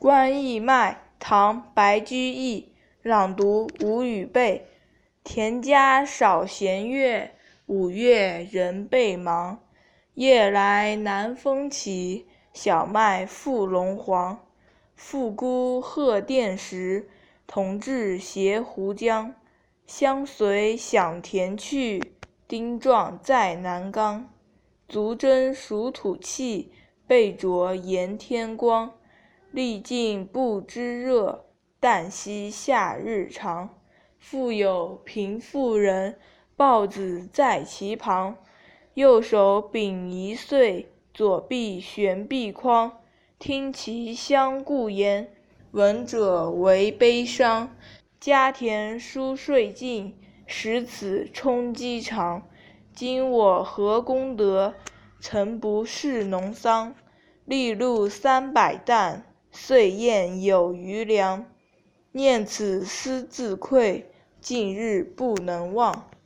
观义麦，唐·白居易。朗读：吴语背。田家少闲月，五月人备忙。夜来南风起，小麦覆笼黄。妇孤鹤殿时，童稚携胡浆。相随响田去，丁壮在南冈。足蒸属土气，背着炎天光。历尽不知热，旦夕夏日长。复有贫妇人，抱子在其旁。右手秉一岁，左臂悬臂筐。听其相顾言，闻者为悲伤。家田疏税尽，使此充饥肠。今我何功德，曾不是农桑。粒露300担，岁晏有余粮。念此思自愧，近日不能忘。